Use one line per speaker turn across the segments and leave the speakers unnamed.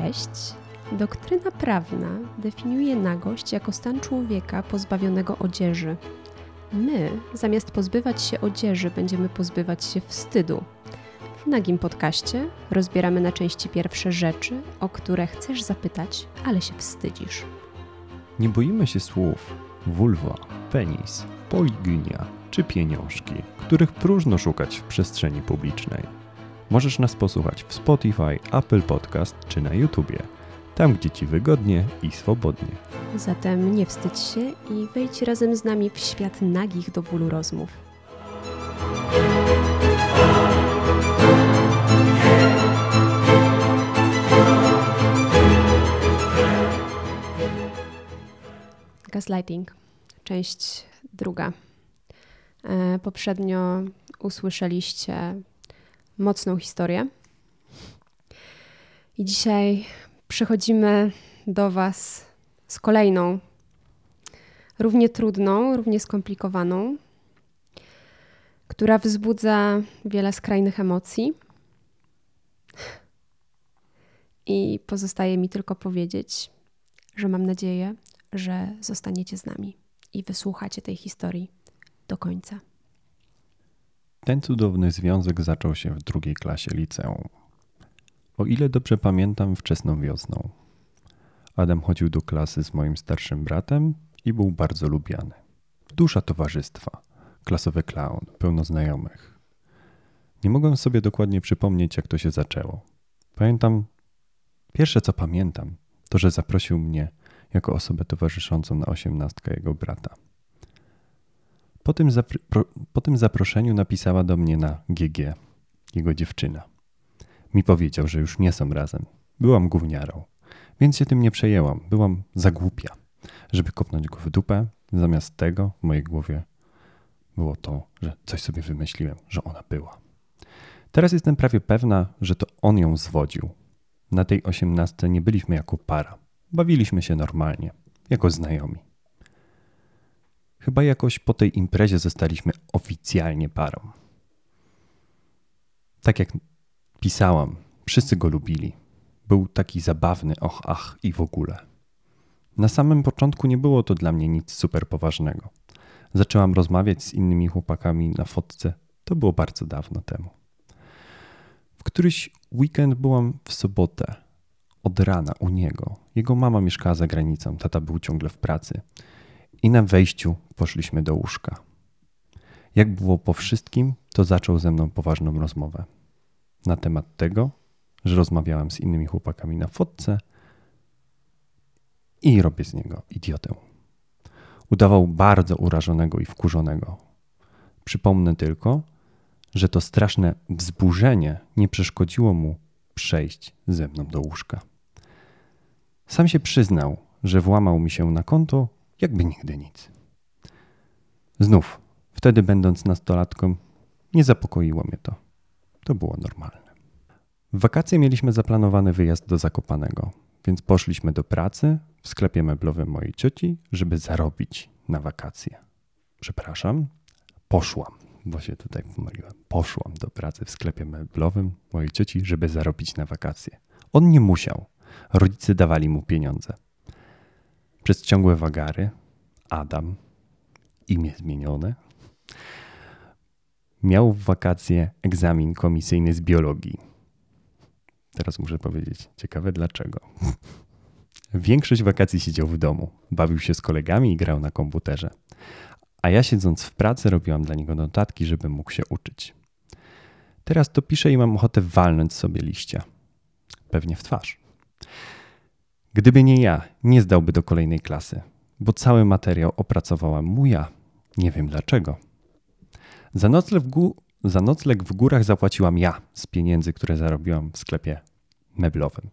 Cześć! Doktryna prawna definiuje nagość jako stan człowieka pozbawionego odzieży. My, zamiast pozbywać się odzieży, będziemy pozbywać się wstydu. W Nagim Podcaście rozbieramy na części pierwsze rzeczy, o które chcesz zapytać, ale się wstydzisz.
Nie boimy się słów vulva, penis, poligynia czy pieniążki, których próżno szukać w przestrzeni publicznej. Możesz nas posłuchać w Spotify, Apple Podcast czy na YouTubie, tam gdzie Ci wygodnie i swobodnie.
Zatem nie wstydź się i wejdź razem z nami w świat nagich do bólu rozmów. Gaslighting, część druga. Poprzednio usłyszeliście mocną historię i dzisiaj przychodzimy do Was z kolejną, równie trudną, równie skomplikowaną, która wzbudza wiele skrajnych emocji. I pozostaje mi tylko powiedzieć, że mam nadzieję, że zostaniecie z nami i wysłuchacie tej historii do końca.
Ten cudowny związek zaczął się w 2. klasie liceum. O ile dobrze pamiętam, wczesną wiosną. Adam chodził do klasy z moim starszym bratem i był bardzo lubiany. Dusza towarzystwa, klasowy klaun, pełno znajomych. Nie mogłem sobie dokładnie przypomnieć, jak to się zaczęło. Pierwsze co pamiętam, to że zaprosił mnie jako osobę towarzyszącą na 18 jego brata. Po tym zaproszeniu napisała do mnie na GG jego dziewczyna. Mi powiedział, że już nie są razem. Byłam gówniarą, więc się tym nie przejęłam. Byłam za głupia, żeby kopnąć go w dupę. Zamiast tego w mojej głowie było to, że coś sobie wymyśliłem, że ona była. Teraz jestem prawie pewna, że to on ją zwodził. Na tej 18 nie byliśmy jako para. Bawiliśmy się normalnie, jako znajomi. Chyba jakoś po tej imprezie zostaliśmy oficjalnie parą. Tak jak pisałam, wszyscy go lubili. Był taki zabawny, och, ach i w ogóle. Na samym początku nie było to dla mnie nic super poważnego. Zaczęłam rozmawiać z innymi chłopakami na fotce. To było bardzo dawno temu. W któryś weekend byłam w sobotę od rana u niego. Jego mama mieszkała za granicą, tata był ciągle w pracy. I na wejściu poszliśmy do łóżka. Jak było po wszystkim, to zaczął ze mną poważną rozmowę. Na temat tego, że rozmawiałam z innymi chłopakami na fotce i robię z niego idiotę. Udawał bardzo urażonego i wkurzonego. Przypomnę tylko, że to straszne wzburzenie nie przeszkodziło mu przejść ze mną do łóżka. Sam się przyznał, że włamał mi się na konto, jakby nigdy nic. Znów, wtedy będąc nastolatką, nie zapokoiło mnie to. To było normalne. W wakacje mieliśmy zaplanowany wyjazd do Zakopanego, więc poszliśmy do pracy w sklepie meblowym mojej cioci, żeby zarobić na wakacje. Poszłam, bo się tutaj pomyliłem. Poszłam do pracy w sklepie meblowym mojej cioci, żeby zarobić na wakacje. On nie musiał. Rodzice dawali mu pieniądze. Przez ciągłe wagary Adam, imię zmienione, miał w wakacje egzamin komisyjny z biologii. Teraz muszę powiedzieć, ciekawe dlaczego. Większość wakacji siedział w domu, bawił się z kolegami i grał na komputerze. A ja siedząc w pracy robiłam dla niego notatki, żeby mógł się uczyć. Teraz to piszę i mam ochotę walnąć sobie liścia. Pewnie w twarz. Gdyby nie ja, nie zdałby do kolejnej klasy, bo cały materiał opracowałam mu ja. Nie wiem dlaczego. Za nocleg w górach zapłaciłam ja z pieniędzy, które zarobiłam w sklepie meblowym.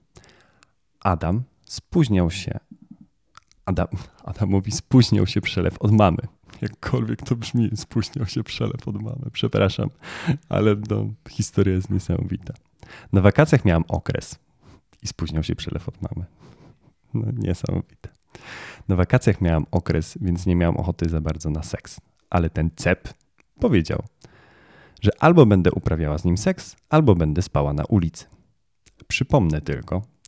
Adamowi spóźniał się przelew od mamy. Jakkolwiek to brzmi, spóźniał się przelew od mamy. Przepraszam, ale historia jest niesamowita. Na wakacjach miałam okres i spóźniał się przelew od mamy. Niesamowite. Na wakacjach miałam okres, więc nie miałam ochoty za bardzo na seks. Ale ten cep powiedział, że albo będę uprawiała z nim seks, albo będę spała na ulicy. Przypomnę tylko,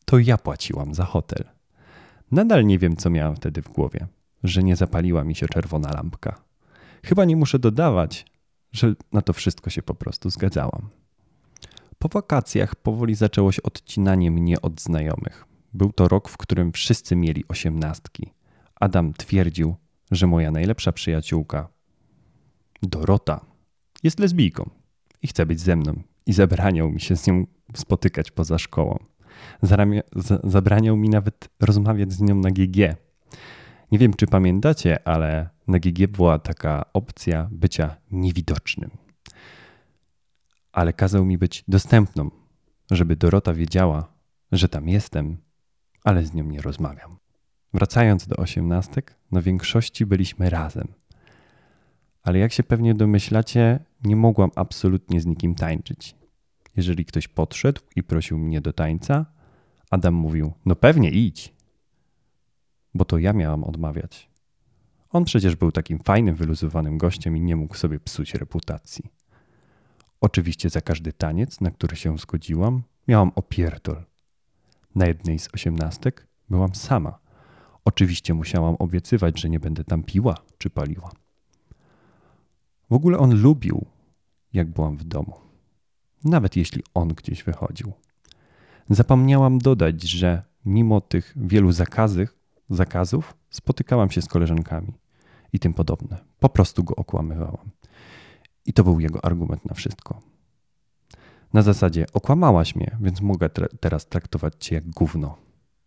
To ja płaciłam za hotel. Nadal nie wiem, co miałam wtedy w głowie, że nie zapaliła mi się czerwona lampka. Chyba nie muszę dodawać, że na to wszystko się po prostu zgadzałam. Po wakacjach powoli zaczęło się odcinanie mnie od znajomych. Był to rok, w którym wszyscy mieli 18. Adam twierdził, że moja najlepsza przyjaciółka, Dorota, jest lesbijką i chce być ze mną i zabraniał mi się z nią spotykać poza szkołą. Zabraniał mi nawet rozmawiać z nią na GG. Nie wiem, czy pamiętacie, ale na GG była taka opcja bycia niewidocznym. Ale kazał mi być dostępną, żeby Dorota wiedziała, że tam jestem, ale z nią nie rozmawiam. Wracając do 18, na większości byliśmy razem. Ale jak się pewnie domyślacie, nie mogłam absolutnie z nikim tańczyć. Jeżeli ktoś podszedł i prosił mnie do tańca, Adam mówił, no pewnie idź, bo to ja miałam odmawiać. On przecież był takim fajnym, wyluzowanym gościem i nie mógł sobie psuć reputacji. Oczywiście za każdy taniec, na który się zgodziłam, miałam opierdol. Na jednej z 18 byłam sama. Oczywiście musiałam obiecywać, że nie będę tam piła czy paliła. W ogóle on lubił, jak byłam w domu. Nawet jeśli on gdzieś wychodził. Zapomniałam dodać, że mimo tych wielu zakazów spotykałam się z koleżankami i tym podobne. Po prostu go okłamywałam. I to był jego argument na wszystko. Na zasadzie okłamałaś mnie, więc mogę teraz traktować cię jak gówno.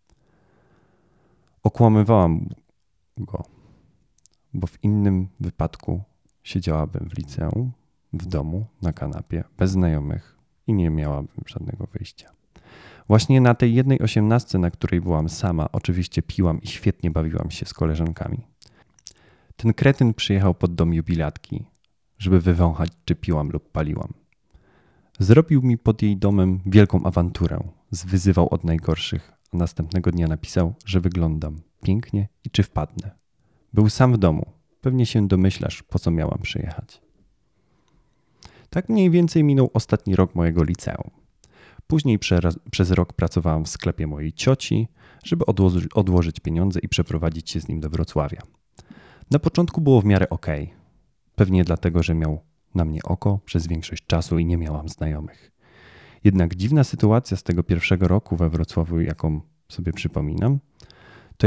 Okłamywałam go, bo w innym wypadku siedziałabym w liceum, w domu, na kanapie, bez znajomych i nie miałabym żadnego wyjścia. Właśnie na tej jednej 18, na której byłam sama, oczywiście piłam i świetnie bawiłam się z koleżankami. Ten kretyn przyjechał pod dom jubilatki, żeby wywąchać, czy piłam lub paliłam. Zrobił mi pod jej domem wielką awanturę, zwyzywał od najgorszych, a następnego dnia napisał, że wyglądam pięknie i czy wpadnę. Był sam w domu. Pewnie się domyślasz, po co miałam przyjechać. Tak mniej więcej minął ostatni rok mojego liceum. Później przez rok pracowałam w sklepie mojej cioci, żeby odłożyć pieniądze i przeprowadzić się z nim do Wrocławia. Na początku było w miarę okej. Pewnie dlatego, że miał na mnie oko przez większość czasu i nie miałam znajomych. Jednak dziwna sytuacja z tego pierwszego roku we Wrocławiu, jaką sobie przypominam, to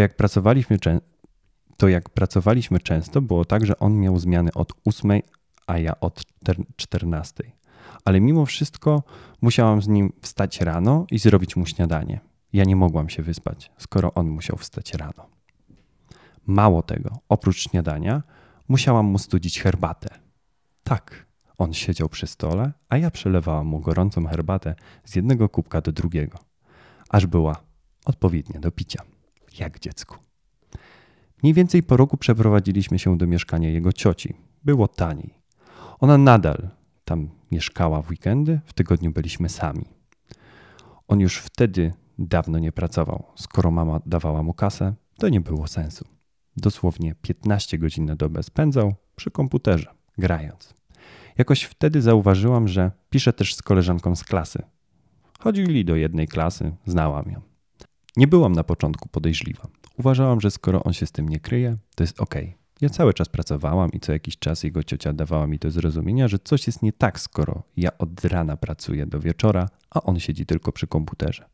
jak pracowaliśmy często, było tak, że on miał zmiany od 8, a ja od 14. Ale mimo wszystko musiałam z nim wstać rano i zrobić mu śniadanie. Ja nie mogłam się wyspać, skoro on musiał wstać rano. Mało tego, oprócz śniadania musiałam mu studzić herbatę. Tak, on siedział przy stole, a ja przelewałam mu gorącą herbatę z jednego kubka do drugiego, aż była odpowiednia do picia, jak dziecku. Mniej więcej po roku przeprowadziliśmy się do mieszkania jego cioci. Było taniej. Ona nadal tam mieszkała w weekendy, w tygodniu byliśmy sami. On już wtedy dawno nie pracował. Skoro mama dawała mu kasę, to nie było sensu. Dosłownie 15 godzin na dobę spędzał przy komputerze, grając. Jakoś wtedy zauważyłam, że pisze też z koleżanką z klasy. Chodzili do jednej klasy, znałam ją. Nie byłam na początku podejrzliwa. Uważałam, że skoro on się z tym nie kryje, to jest okej. Ja cały czas pracowałam i co jakiś czas jego ciocia dawała mi do zrozumienia, że coś jest nie tak, skoro ja od rana pracuję do wieczora, a on siedzi tylko przy komputerze.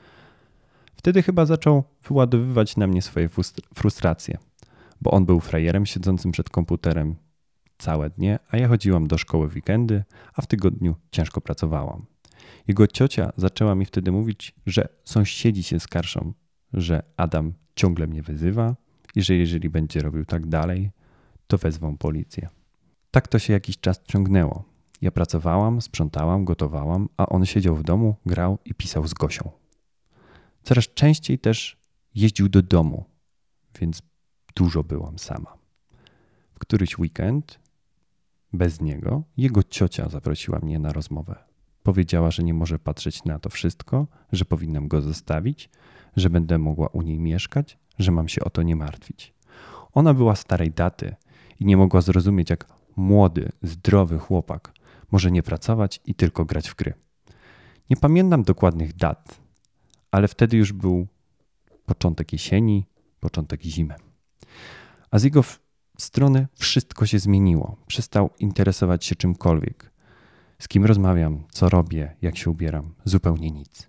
Wtedy chyba zaczął wyładowywać na mnie swoje frustracje, bo on był frajerem siedzącym przed komputerem całe dnie, a ja chodziłam do szkoły w weekendy, a w tygodniu ciężko pracowałam. Jego ciocia zaczęła mi wtedy mówić, że sąsiedzi się skarżą, że Adam ciągle mnie wyzywa i że jeżeli będzie robił tak dalej, to wezwą policję. Tak to się jakiś czas ciągnęło. Ja pracowałam, sprzątałam, gotowałam, a on siedział w domu, grał i pisał z Gosią. Coraz częściej też jeździł do domu, więc dużo byłam sama. W któryś weekend, bez niego, jego ciocia zaprosiła mnie na rozmowę. Powiedziała, że nie może patrzeć na to wszystko, że powinnam go zostawić, że będę mogła u niej mieszkać, że mam się o to nie martwić. Ona była starej daty i nie mogła zrozumieć, jak młody, zdrowy chłopak może nie pracować i tylko grać w gry. Nie pamiętam dokładnych dat, ale wtedy już był początek jesieni, początek zimy. A z jego strony wszystko się zmieniło. Przestał interesować się czymkolwiek. Z kim rozmawiam, co robię, jak się ubieram. Zupełnie nic.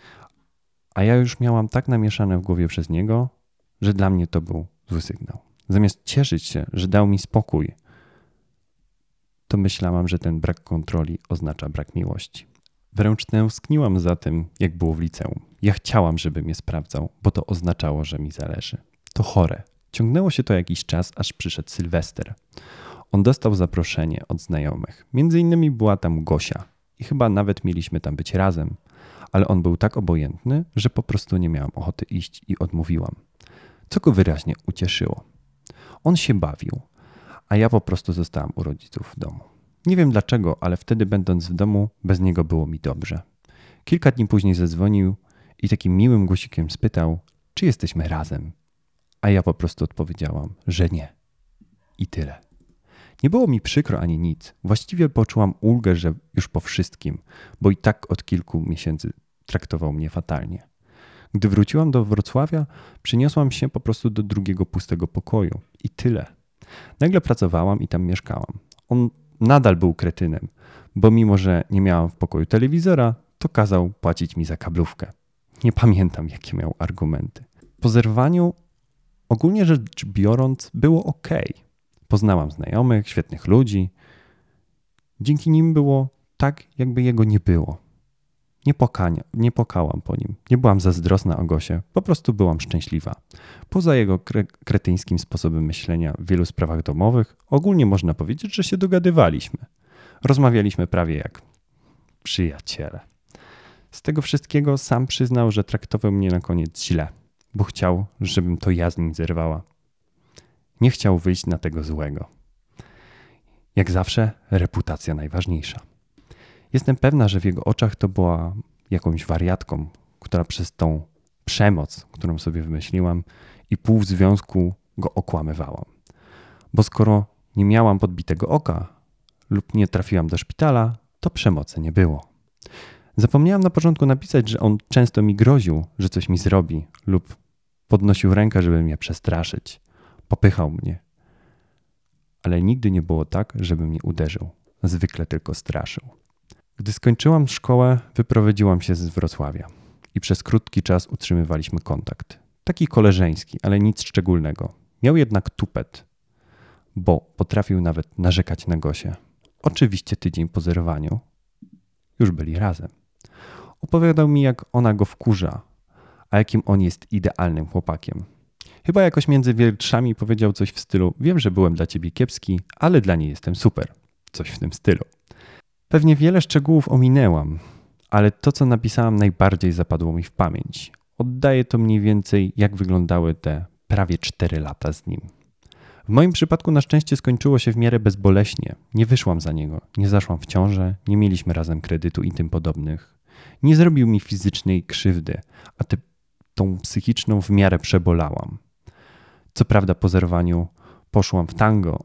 A ja już miałam tak namieszane w głowie przez niego, że dla mnie to był zły sygnał. Zamiast cieszyć się, że dał mi spokój, to myślałam, że ten brak kontroli oznacza brak miłości. Wręcz tęskniłam za tym, jak było w liceum. Ja chciałam, żeby mnie sprawdzał, bo to oznaczało, że mi zależy. To chore. Ciągnęło się to jakiś czas, aż przyszedł Sylwester. On dostał zaproszenie od znajomych. Między innymi była tam Gosia i chyba nawet mieliśmy tam być razem, ale on był tak obojętny, że po prostu nie miałam ochoty iść i odmówiłam. Co go wyraźnie ucieszyło. On się bawił, a ja po prostu zostałam u rodziców w domu. Nie wiem dlaczego, ale wtedy będąc w domu, bez niego było mi dobrze. Kilka dni później zadzwonił i takim miłym głosikiem spytał, czy jesteśmy razem. A ja po prostu odpowiedziałam, że nie. I tyle. Nie było mi przykro ani nic. Właściwie poczułam ulgę, że już po wszystkim, bo i tak od kilku miesięcy traktował mnie fatalnie. Gdy wróciłam do Wrocławia, przyniosłam się po prostu do drugiego pustego pokoju. I tyle. Nagle pracowałam i tam mieszkałam. On nadal był kretynem, bo mimo, że nie miałam w pokoju telewizora, to kazał płacić mi za kablówkę. Nie pamiętam, jakie miał argumenty. Po zerwaniu, ogólnie rzecz biorąc, było okej. Poznałam znajomych, świetnych ludzi. Dzięki nim było tak, jakby jego nie było. Nie płakałam po nim. Nie byłam zazdrosna o Gosię. Po prostu byłam szczęśliwa. Poza jego kretyńskim sposobem myślenia w wielu sprawach domowych, ogólnie można powiedzieć, że się dogadywaliśmy. Rozmawialiśmy prawie jak przyjaciele. Z tego wszystkiego sam przyznał, że traktował mnie na koniec źle, bo chciał, żebym to ja z nim zerwała. Nie chciał wyjść na tego złego. Jak zawsze, reputacja najważniejsza. Jestem pewna, że w jego oczach to była jakąś wariatką, która przez tą przemoc, którą sobie wymyśliłam i pół w związku go okłamywałam. Bo skoro nie miałam podbitego oka lub nie trafiłam do szpitala, to przemocy nie było. Zapomniałam na początku napisać, że on często mi groził, że coś mi zrobi lub podnosił rękę, żeby mnie przestraszyć. Popychał mnie. Ale nigdy nie było tak, żeby mnie uderzył. Zwykle tylko straszył. Gdy skończyłam szkołę, wyprowadziłam się z Wrocławia i przez krótki czas utrzymywaliśmy kontakt. Taki koleżeński, ale nic szczególnego. Miał jednak tupet, bo potrafił nawet narzekać na Gosię. Oczywiście tydzień po zerwaniu już byli razem. Opowiadał mi, jak ona go wkurza, a jakim on jest idealnym chłopakiem. Chyba jakoś między wierszami powiedział coś w stylu: wiem, że byłem dla ciebie kiepski, ale dla niej jestem super. Coś w tym stylu. Pewnie wiele szczegółów ominęłam, ale to, co napisałam, najbardziej zapadło mi w pamięć. Oddaje to mniej więcej, jak wyglądały te prawie 4 lata z nim. W moim przypadku na szczęście skończyło się w miarę bezboleśnie. Nie wyszłam za niego, nie zaszłam w ciążę, nie mieliśmy razem kredytu i tym podobnych. Nie zrobił mi fizycznej krzywdy, a tą psychiczną w miarę przebolałam. Co prawda po zerwaniu poszłam w tango,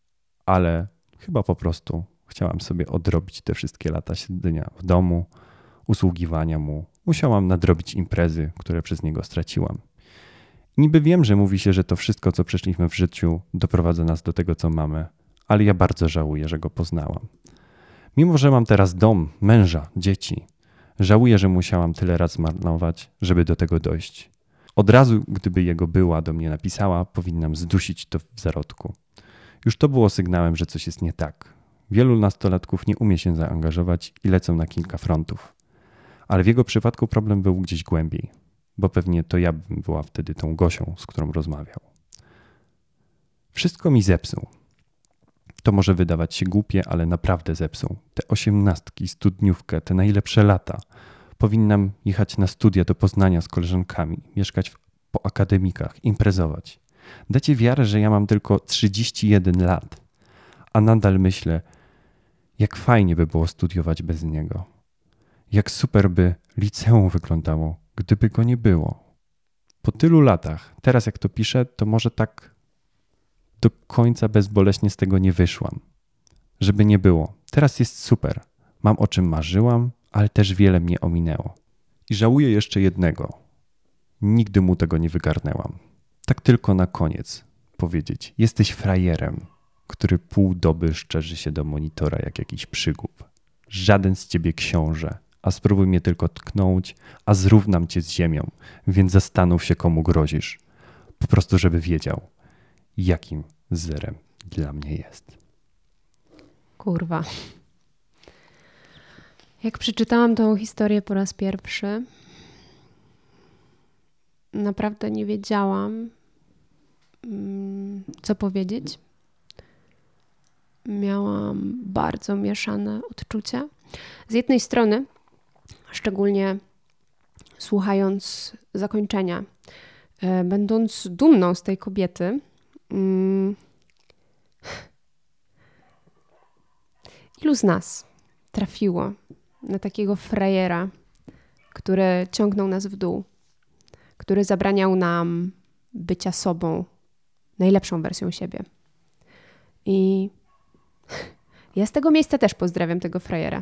ale chyba po prostu chciałam sobie odrobić te wszystkie lata siedzenia w domu, usługiwania mu. Musiałam nadrobić imprezy, które przez niego straciłam. Niby wiem, że mówi się, że to wszystko, co przeszliśmy w życiu, doprowadza nas do tego, co mamy, ale ja bardzo żałuję, że go poznałam. Mimo że mam teraz dom, męża, dzieci, żałuję, że musiałam tyle razy zmarnować, żeby do tego dojść. Od razu, gdyby jego była do mnie napisała, powinnam zdusić to w zarodku. Już to było sygnałem, że coś jest nie tak. Wielu nastolatków nie umie się zaangażować i lecą na kilka frontów. Ale w jego przypadku problem był gdzieś głębiej, bo pewnie to ja bym była wtedy tą Gosią, z którą rozmawiał. Wszystko mi zepsuł. To może wydawać się głupie, ale naprawdę zepsuł. Te 18, studniówkę, te najlepsze lata. Powinnam jechać na studia do Poznania z koleżankami, mieszkać po akademikach, imprezować. Dacie wiarę, że ja mam tylko 31 lat, a nadal myślę, jak fajnie by było studiować bez niego. Jak super by liceum wyglądało, gdyby go nie było. Po tylu latach, teraz jak to piszę, to może tak do końca bezboleśnie z tego nie wyszłam. Żeby nie było. Teraz jest super. Mam o czym marzyłam, ale też wiele mnie ominęło. I żałuję jeszcze jednego. Nigdy mu tego nie wygarnęłam. Tak tylko na koniec powiedzieć: jesteś frajerem, który pół doby szczerzy się do monitora jak jakiś przygłup. Żaden z ciebie książę, a spróbuj mnie tylko tknąć, a zrównam cię z ziemią, więc zastanów się, komu grozisz. Po prostu, żeby wiedział, jakim zerem dla mnie jest.
Kurwa. Jak przeczytałam tą historię po raz pierwszy, naprawdę nie wiedziałam, co powiedzieć. Miałam bardzo mieszane odczucia. Z jednej strony, szczególnie słuchając zakończenia, będąc dumną z tej kobiety, ilu z nas trafiło na takiego frajera, który ciągnął nas w dół, który zabraniał nam bycia sobą, najlepszą wersją siebie. I ja z tego miejsca też pozdrawiam tego frajera.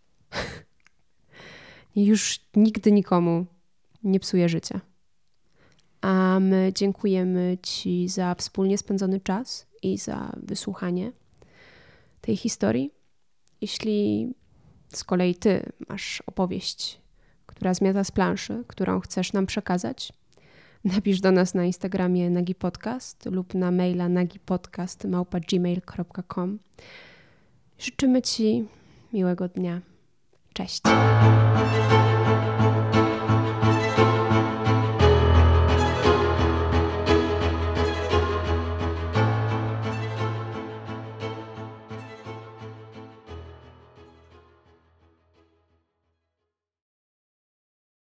I już nigdy nikomu nie psuję życia. A my dziękujemy Ci za wspólnie spędzony czas i za wysłuchanie tej historii. Jeśli z kolei Ty masz opowieść, która zmiata z planszy, którą chcesz nam przekazać, napisz do nas na Instagramie Nagi Podcast lub na maila nagipodcast@gmail.com. Życzymy Ci miłego dnia. Cześć.